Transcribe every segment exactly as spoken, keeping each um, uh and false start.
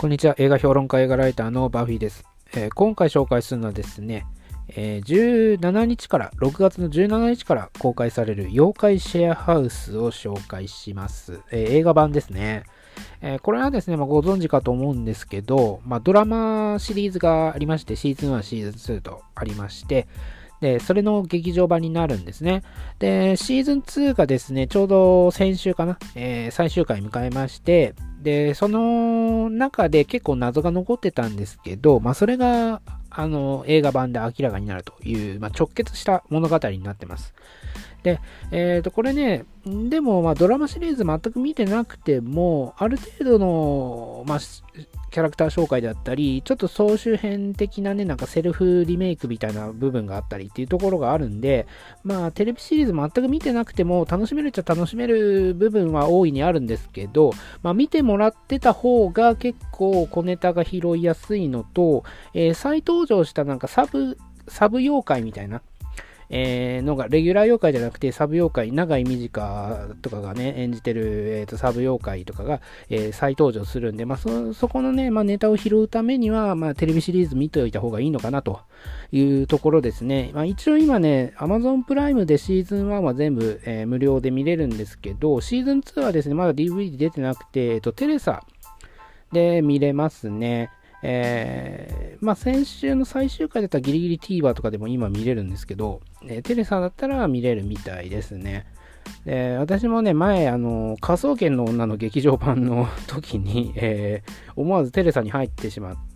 こんにちは。映画評論家、映画ライターのバフィーです。えー今回紹介するのはですね、えーじゅうしちにちから、ろくがつのじゅうしちにちから公開される妖怪シェアハウスを紹介します。えー映画版ですね。えーこれはですね、まあ、ご存知かと思うんですけど、まあ、ドラマシリーズがありまして、シーズンワン、シーズンツーとありまして、で、それの劇場版になるんですね。で、シーズンツーがですね、ちょうど先週かな、えー最終回迎えまして、で、その中で結構謎が残ってたんですけど、まあ、それが、あの、映画版で明らかになるという、まあ、直結した物語になってます。で、えっと、これね、でも、まあ、ドラマシリーズ全く見てなくても、ある程度の、まあ、キャラクター紹介だったり、ちょっと総集編的なね、なんかセルフリメイクみたいな部分があったりっていうところがあるんで、まあ、テレビシリーズ全く見てなくても、楽しめるっちゃ楽しめる部分は大いにあるんですけど、まあ、見てもらってた方が結構小ネタが拾いやすいのと、えー再登場したなんかサブ、サブ妖怪みたいな、えーのが、レギュラー妖怪じゃなくて、サブ妖怪、長井美佳とかがね、演じてる、えーと、サブ妖怪とかが、えー再登場するんで、まあ、そ、そこのね、まあ、ネタを拾うためには、まあ、テレビシリーズ見ておいた方がいいのかなというところですね。まあ、一応今ね、Amazon プライムでシーズンワンは全部、えー無料で見れるんですけど、シーズンツーはですね、まだ ディーブイディー 出てなくて、えっと、テレサで見れますね。えー、まあ先週の最終回だったらギリギリ TVer とかでも今見れるんですけど、えーテレサだったら見れるみたいですね。で私もね、前、あの、科捜研の女の劇場版の時に、えー思わずテレサに入ってしまって、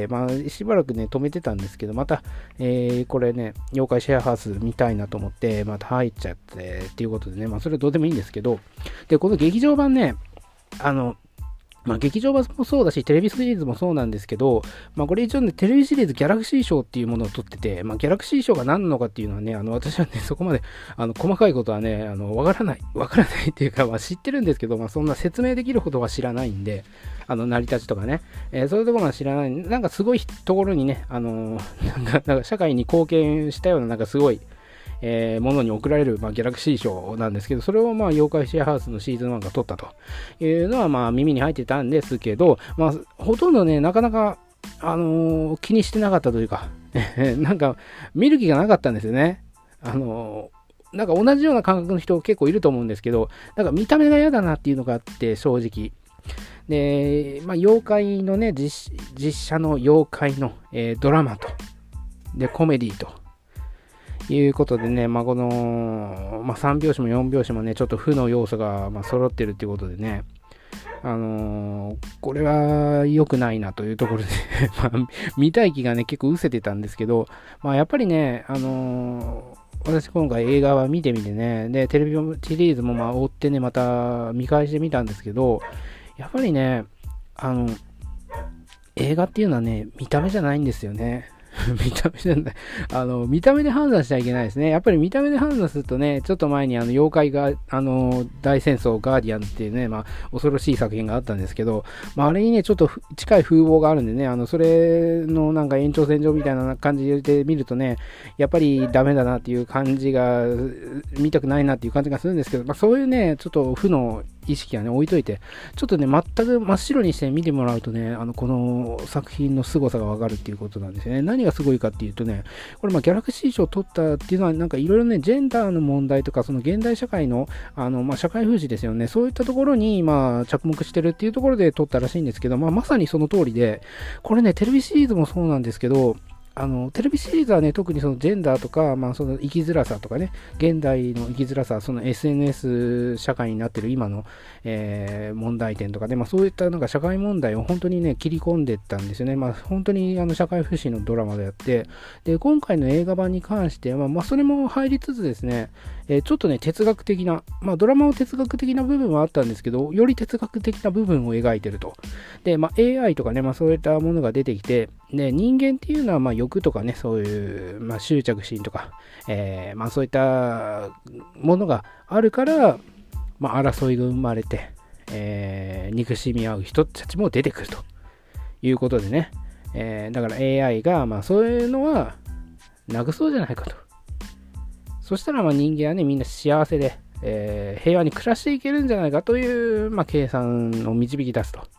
まあ、しばらくね、止めてたんですけど、また、えーこれね、妖怪シェアハウス見たいなと思って、また入っちゃってっていうことでね、まあ、それはどうでもいいんですけど、で、この劇場版ね、あの、まあ、劇場版もそうだし、テレビシリーズもそうなんですけど、まあ、これ一応ね、テレビシリーズギャラクシー賞っていうものを取ってて、まあ、ギャラクシー賞が何なのかっていうのはね、あの、私はね、そこまで、あの、細かいことはね、あの、わからない、わからないっていうか、まあ、知ってるんですけど、まあ、そんな説明できるほどは知らないんで、あの、成り立ちとかね、えーそういうところは知らない、なんかすごいところにね、あのーなんか、なんか社会に貢献したような、なんかすごい、えーものに贈られる、まあ、ギャラクシー賞なんですけど、それをまあ妖怪シェアハウスのシーズンワンが取ったというのはまあ耳に入ってたんですけど、まあ、ほとんどね、なかなか、あのー気にしてなかったというか、なんか見る気がなかったんですよね。あのーなんか同じような感覚の人結構いると思うんですけど、なんか見た目が嫌だなっていうのがあって、正直。で、まあ、妖怪のね、実実写の妖怪の、えードラマと、で、コメディと、いうことでね、まあ、この、まあ、さんびょうしもよんびょうしもね、ちょっと負の要素が、まあ、揃ってるっていうことでね、あのーこれは良くないなというところでまあ、見たい気がね、結構失せてたんですけど、まあ、やっぱりね、あのー私今回映画は見てみてね、で、テレビシリーズもまあ追ってね、また見返してみたんですけど、やっぱりね、あの、映画っていうのはね、見た目じゃないんですよね。見た目じゃない。あの、見た目で判断しちゃいけないですね。やっぱり見た目で判断するとね、ちょっと前にあの、妖怪が、あの、大戦争ガーディアンっていうね、まあ、恐ろしい作品があったんですけど、まあ、あれにね、ちょっと近い風貌があるんでね、あの、それのなんか延長線上みたいな感じで見るとね、やっぱりダメだなっていう感じが、見たくないなっていう感じがするんですけど、まあ、そういうね、ちょっと負の意識はね、置いといて、ちょっとね、全く真っ白にして見てもらうとね、あの、この作品の凄さがわかるっていうことなんですよね。何がすごいかっていうとね、これ、まあ、ギャラクシー賞を取ったっていうのは、なんかいろいろね、ジェンダーの問題とか、その現代社会の、あの、まあ、社会風刺ですよね。そういったところに、まあ、着目してるっていうところで取ったらしいんですけど、まあ、まさにその通りで、これね、テレビシリーズもそうなんですけど、あのテレビシリーズはね、特にそのジェンダーとか、まあ、その生きづらさとかね、現代の生きづらさ、その エスエヌエス 社会になってる今の、えー問題点とかで、まあ、そういったなんか社会問題を本当にね、切り込んでったんですよね。まあ、本当にあの社会風刺のドラマであって、で、今回の映画版に関しては、まあ、それも入りつつですね、えーちょっとね、哲学的な、まあ、ドラマも哲学的な部分はあったんですけど、より哲学的な部分を描いてると。で、まあ、エーアイ とかね、まあ、そういったものが出てきて、で、人間っていうのは、まあ、欲とかね、そういう、まあ、執着心とか、えーまあ、そういったものがあるから、まあ、争いが生まれて、えー憎しみ合う人たちも出てくるということでね、えーだから エーアイ が、まあ、そういうのはなくそうじゃないかと。そしたら、まあ、人間はね、みんな幸せで、えー平和に暮らしていけるんじゃないかという、まあ、計算を導き出すと。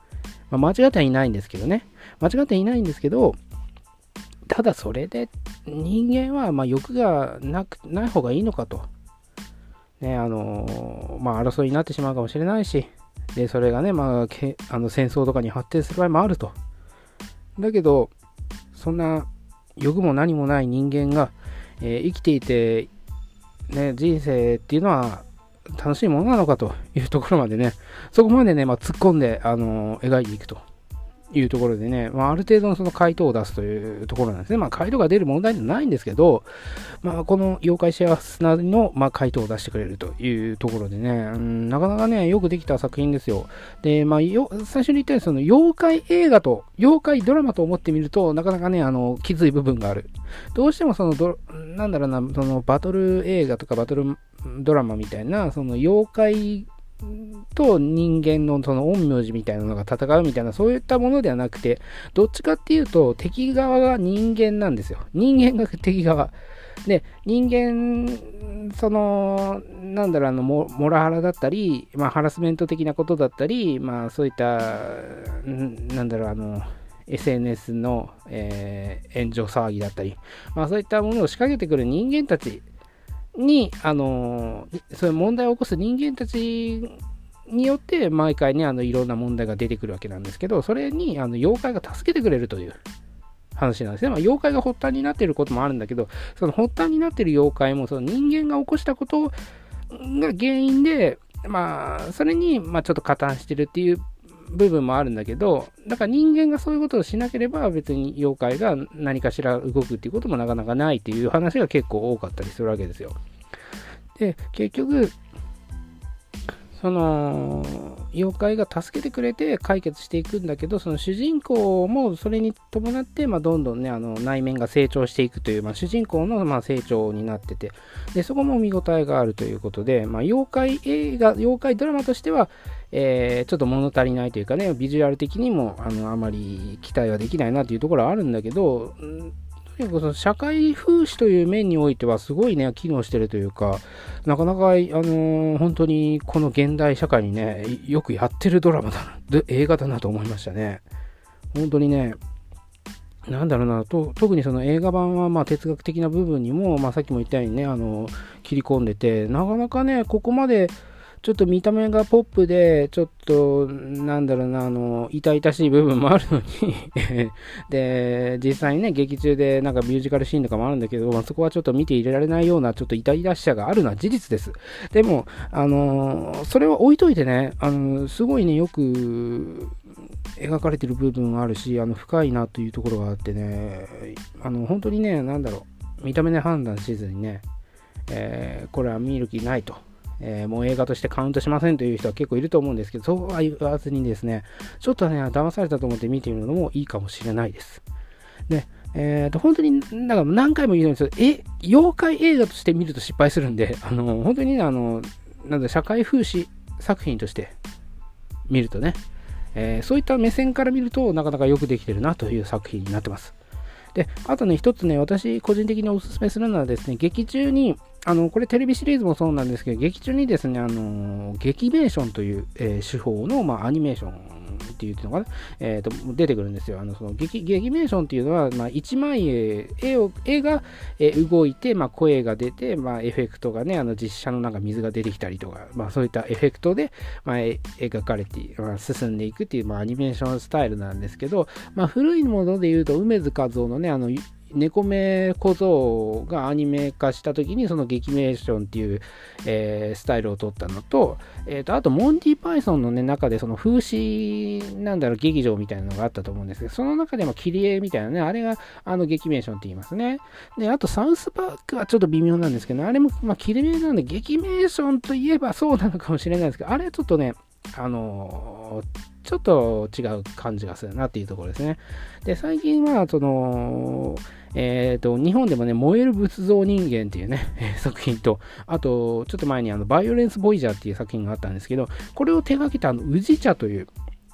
まあ、間違ってはいないんですけどね。間違っていないんですけど、ただそれで人間はまあ欲がなくない方がいいのかと。ね、あのー、まあ争いになってしまうかもしれないし、で、それがね、まあ、けあの戦争とかに発展する場合もあると。だけど、そんな欲も何もない人間が、えー、生きていて、ね、人生っていうのは楽しいものなのかというところまでね、そこまでね、まあ、突っ込んで、あのー、描いていくというところでね、まあ、ある程度のその回答を出すというところなんですね。まあ、回答が出る問題じゃないんですけど、まあ、この妖怪シェアスなりの、まあ、回答を出してくれるというところでね、うん、なかなかね、よくできた作品ですよ。で、まあ、よ最初に言ったように、その妖怪映画と妖怪ドラマと思ってみると、なかなかね、あの、きつい部分がある。どうしてもそのド、なんだろうな、そのバトル映画とかバトルドラマみたいな、その妖怪と人間のその陰陽師みたいなのが戦うみたいな、そういったものではなくて、どっちかっていうと敵側が人間なんですよ。人間が敵側で、人間そのなんだろう、あのモモラハラだったり、まあ、ハラスメント的なことだったり、まあ、そういったなんだろう、あの エスエヌエス の、えー、炎上騒ぎだったり、まあ、そういったものを仕掛けてくる人間たちに、あのそういう問題を起こす人間たちによって毎回ね、あのいろんな問題が出てくるわけなんですけど、それにあの妖怪が助けてくれるという話なんですね。まあ、妖怪が発端になっていることもあるんだけど、その発端になっている妖怪もその人間が起こしたことが原因で、まあそれにまあちょっと加担してるっていう部分もあるんだけど、だから人間がそういうことをしなければ別に妖怪が何かしら動くっていうこともなかなかないっていう話が結構多かったりするわけですよ。で、結局その妖怪が助けてくれて解決していくんだけど、その主人公もそれに伴って、まあ、どんどんね、あの内面が成長していくという、まあ、主人公のまあ成長になってて、でそこも見応えがあるということで、まあ、妖怪映画、妖怪ドラマとしては、えー、ちょっと物足りないというかね、ビジュアル的にも あのあまり期待はできないなというところはあるんだけど、ん結構その社会風刺という面においてはすごいね、機能してるというか、なかなか、あのー、本当にこの現代社会にね、よくやってるドラマだな、で映画だなと思いましたね。本当にね、なんだろうな、と特にその映画版はまあ哲学的な部分にも、まあ、さっきも言ったようにね、あの切り込んでて、なかなかね、ここまでちょっと見た目がポップで、ちょっと、なんだろうな、あの、痛々しい部分もあるのにで、実際にね、劇中でなんかミュージカルシーンとかもあるんだけど、まあ、そこはちょっと見ていられないような、ちょっと痛々しさがあるのは事実です。でも、あの、それは置いといてね、あの、すごいね、よく描かれてる部分があるし、あの、深いなというところがあってね、あの、本当にね、なんだろう、見た目で判断しずにね、えー、これは見る気ないと。えー、もう映画としてカウントしませんという人は結構いると思うんですけど、そうは言わずにですね、ちょっとね、騙されたと思って見てみるのもいいかもしれないです。で、えーと、本当に、なんか何回も言うんですけど、え、妖怪映画として見ると失敗するんで、あの、本当にね、あの、なんだ、社会風刺作品として見るとね、えー、そういった目線から見るとなかなかよくできてるなという作品になってます。で、あとね、一つね、私個人的にお勧めするのはですね、劇中に、あの、これテレビシリーズもそうなんですけど、劇中にですね、あの、劇メーションという、えー、手法の、まあ、アニメーションっていうのかな、えーと、出てくるんですよ。あの、その劇、劇メーションっていうのは、まあ、一枚絵、絵を、絵が、えー、動いて、まあ、声が出て、まあ、エフェクトがね、あの、実写のなんか水が出てきたりとか、まあ、そういったエフェクトで、まあ、描かれて、まあ、進んでいくっていう、まあ、アニメーションスタイルなんですけど、まあ、古いもので言うと、梅津和夫のね、あの、猫目小僧がアニメ化した時にその劇メーションっていう、えー、スタイルを取ったのと、えーと、あとモンティパイソンの、ね、中でその風刺なんだろう劇場みたいなのがあったと思うんですけど、その中でも切り絵みたいなね、あれがあの劇メーションって言いますね。で、あとサウスパークはちょっと微妙なんですけど、あれもまあ切り絵なんで劇メーションといえばそうなのかもしれないですけど、あれはちょっとね、あのー、ちょっと違う感じがするなっていうところですね。で、最近は、その、えっと、日本でもね、燃える仏像人間っていうね、作品と、あと、ちょっと前にあの、バイオレンスボイジャーっていう作品があったんですけど、これを手掛けたあの、宇治茶という、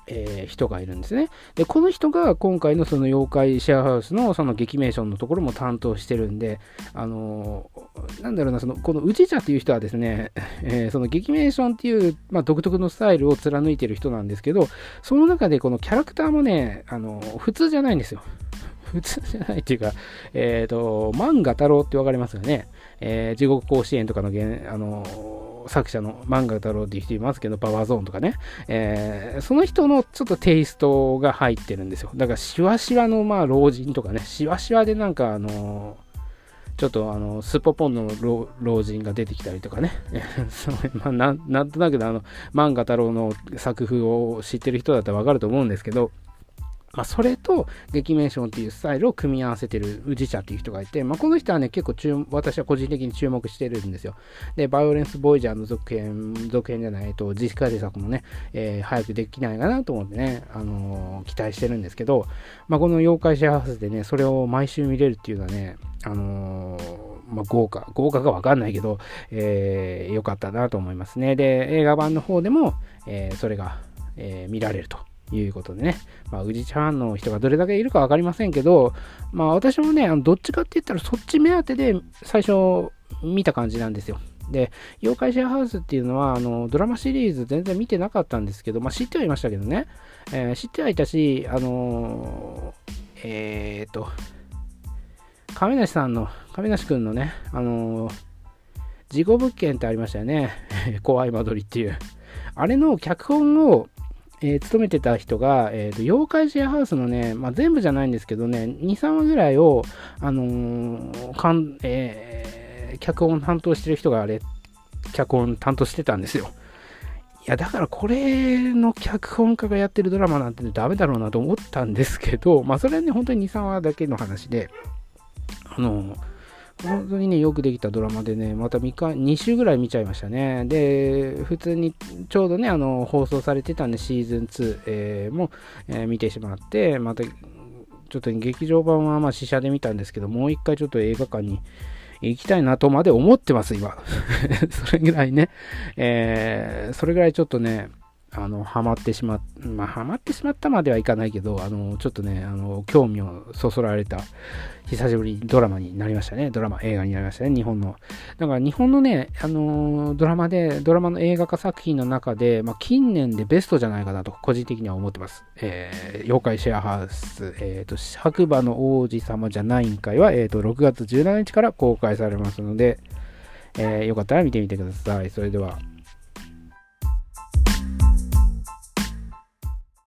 えー、人がいるんですね。で、この人が今回のその妖怪シェアハウスのその劇メーションのところも担当してるんで、あのー、なんだろうな、その、この宇治茶っていう人はですね、えー、その劇メーションっていう、まあ、独特のスタイルを貫いてる人なんですけど、その中でこのキャラクターもね、あのー、普通じゃないんですよ。普通じゃないっていうか、えっ、ー、と、漫画太郎ってわかりますよね。えー、地獄甲子園とかの、あのー作者の漫画太郎っていう人いますけど、パワーゾーンとかね、えー、その人のちょっとテイストが入ってるんですよ。だからシワシワのまあ老人とかね、シワシワでなんかあのー、ちょっとあのスポポンの 老, 老人が出てきたりとかねそう、まあ、な, なんとなくあの漫画太郎の作風を知ってる人だったらわかると思うんですけど、まあ、それと劇メーションっていうスタイルを組み合わせてる宇治茶っていう人がいて、まあ、この人はね、結構注私は個人的に注目してるんですよ。で、バイオレンスボイジャーの続編、続編じゃない、と、実家制作もね、えー、早くできないかなと思ってね、あのー、期待してるんですけど、まあ、この妖怪シェアハウスでね、それを毎週見れるっていうのはね、あのー、まあ、豪華、豪華かわかんないけど、えー、よかったなと思いますね。で、映画版の方でも、えー、それが、えー、見られると。いうことでね、まあ、宇治茶ファンの人がどれだけいるか分かりませんけど、まあ、私もね、あのどっちかって言ったらそっち目当てで最初見た感じなんですよ。で、妖怪シェアハウスっていうのはあのドラマシリーズ全然見てなかったんですけど、まあ、知ってはいましたけどね、えー、知ってはいたし、あのー、えーと、亀梨さんの、亀梨くんのね、あのー、事故物件ってありましたよね。怖い間取りっていう。あれの脚本をえー、勤めてた人が、えーと、妖怪シェアハウスのね、まあ、全部じゃないんですけどね、に、さんわぐらいを、あのーかんえー、脚本担当してる人があれ、脚本担当してたんですよ。いや、だからこれの脚本家がやってるドラマなんてダメだろうなと思ったんですけど、まあ、それはね、本当にに、さんわだけの話で、あのー本当にね、よくできたドラマでね、またみっか、に週ぐらい見ちゃいましたね。で、普通にちょうどね、あの、放送されてたんで、シーズンツー、えー、も、えー、見てしまって、また、ちょっと劇場版はまあ試写で見たんですけど、もう一回ちょっと映画館に行きたいなとまで思ってます、今。それぐらいね、えー、それぐらいちょっとね、あの、ハマってしまっ、まあ、ハマってしまったまではいかないけど、あの、ちょっとね、あの、興味をそそられた、久しぶりにドラマになりましたね。ドラマ、映画になりましたね、日本の。だから日本のね、あの、ドラマで、ドラマの映画化作品の中で、まあ、近年でベストじゃないかなと、個人的には思ってます。えー、妖怪シェアハウス、えっ、ー、と、白馬の王子様じゃないんかいは、えっ、ー、と、ろくがつじゅうしちにちから公開されますので、えー、よかったら見てみてください。それでは。